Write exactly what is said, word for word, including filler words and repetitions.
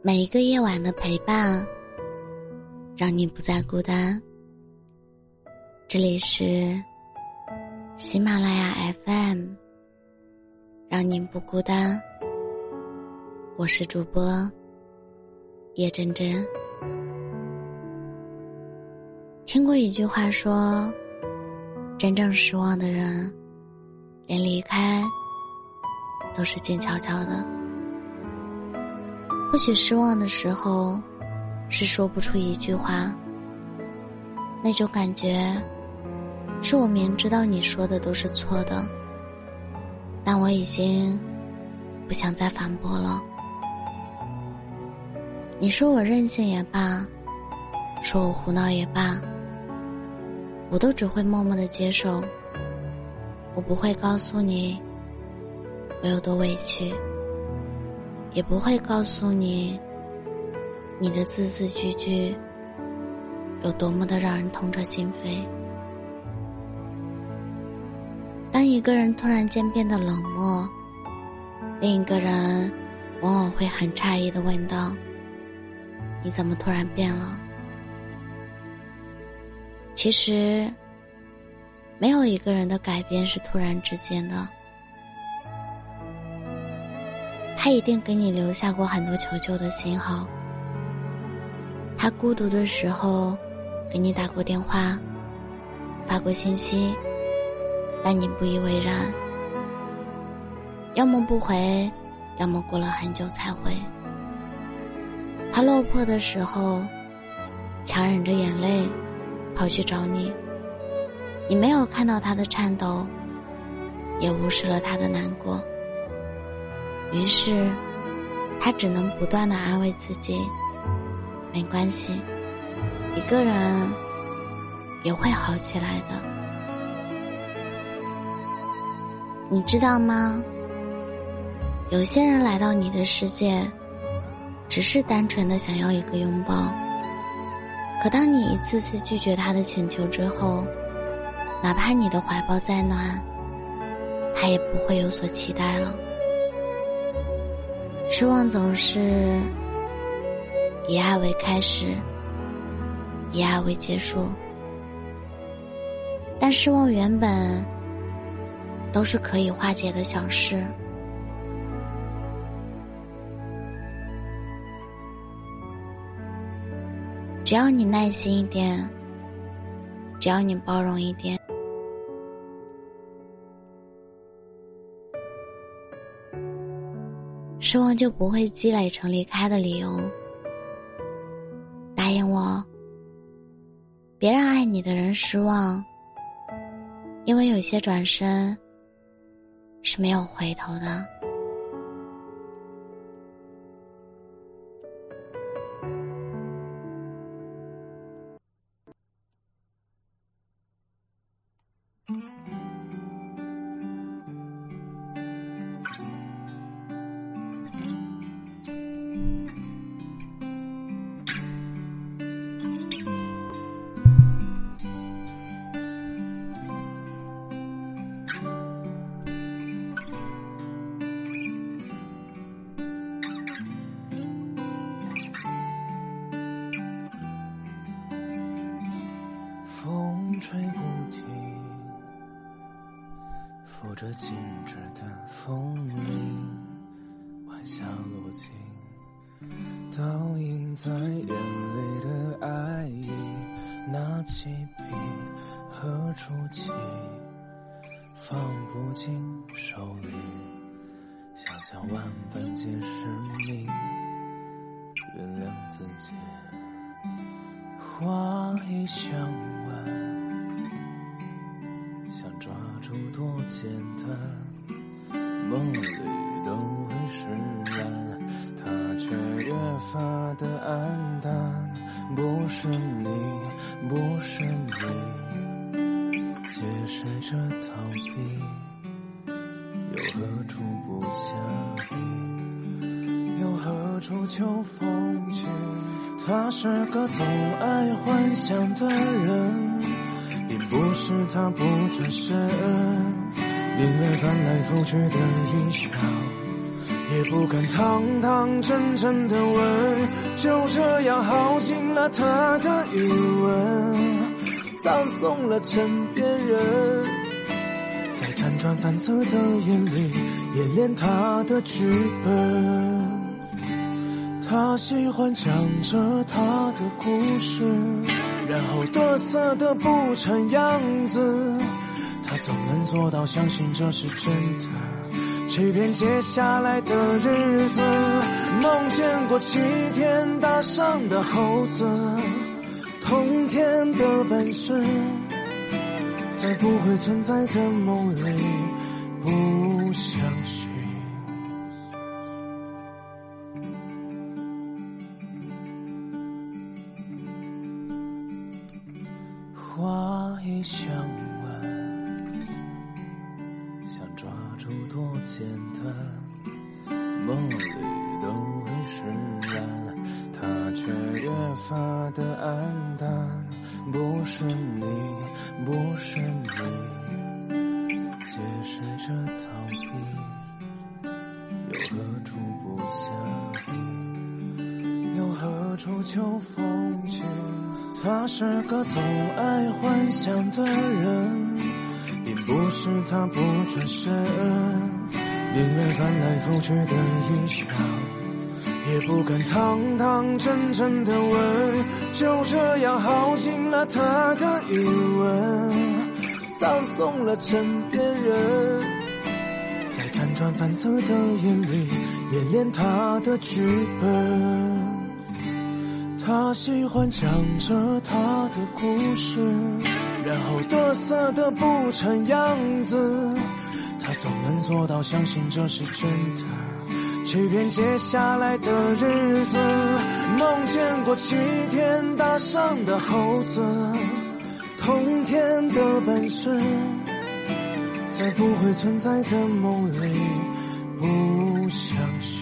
每一个夜晚的陪伴，让你不再孤单。这里是喜马拉雅 F M， 让你不孤单。我是主播叶真真。听过一句话说，真正失望的人，连离开都是静悄悄的。或许失望的时候是说不出一句话，那种感觉是我明知道你说的都是错的，但我已经不想再反驳了。你说我任性也罢，说我胡闹也罢，我都只会默默地接受。我不会告诉你我有多委屈，也不会告诉你你的字字句句有多么的让人痛彻心扉。当一个人突然间变得冷漠，另一个人往往会很诧异地问道，你怎么突然变了？其实没有一个人的改变是突然之间的，他一定给你留下过很多求救的信号。他孤独的时候给你打过电话，发过信息，但你不以为然，要么不回，要么过了很久才回。他落魄的时候强忍着眼泪跑去找你，你没有看到他的颤抖，也无视了他的难过。于是他只能不断地安慰自己，没关系，一个人也会好起来的。你知道吗？有些人来到你的世界，只是单纯的想要一个拥抱，可当你一次次拒绝他的请求之后，哪怕你的怀抱再暖，他也不会有所期待了。失望总是以爱为开始，以爱为结束，但失望原本都是可以化解的小事。只要你耐心一点，只要你包容一点，失望就不会积累成离开的理由。答应我，别让爱你的人失望，因为有些转身是没有回头的。 风吹不停，拂着静止的风铃，晚霞落尽，倒映在眼里的爱意。拿起笔和触起，放不进手里，想想万般皆是命，原谅自己。话已讲完，想抓住多简单，梦里都会释然，它却越发的黯淡。不是你，不是你，解释着逃避，又何处不下雨，又何处秋风起。他是个总爱幻想的人，并不是他不转身，因为翻来覆去的一笑， 也不敢堂堂正正的问，就这样耗尽了他的余温，葬送了枕边人，在辗转反侧的眼里演练他的剧本。他喜欢讲着他的故事，然后得瑟的不成样子，他总能做到相信这是真的，欺骗接下来的日子。梦见过齐天大圣的猴子，通天的本事，在不会存在的梦里不相信。话已讲完，想抓住多简单，梦里都会释然，他却越发的黯淡。不是你，不是你，解释着逃避，又何处不下笔，又何处求风景。他是个总爱幻想的人，并不是他不转身，因为翻来覆去的一笑，也不敢堂堂正正的问，就这样耗尽了他的余温，葬送了枕边人，在辗转反侧的眼里演练他的剧本。他喜欢讲着他的故事，然后得瑟的不成样子，他总能做到相信这是真的，欺骗接下来的日子。梦见过齐天大圣的猴子，通天的本事，在不会存在的梦里不相信。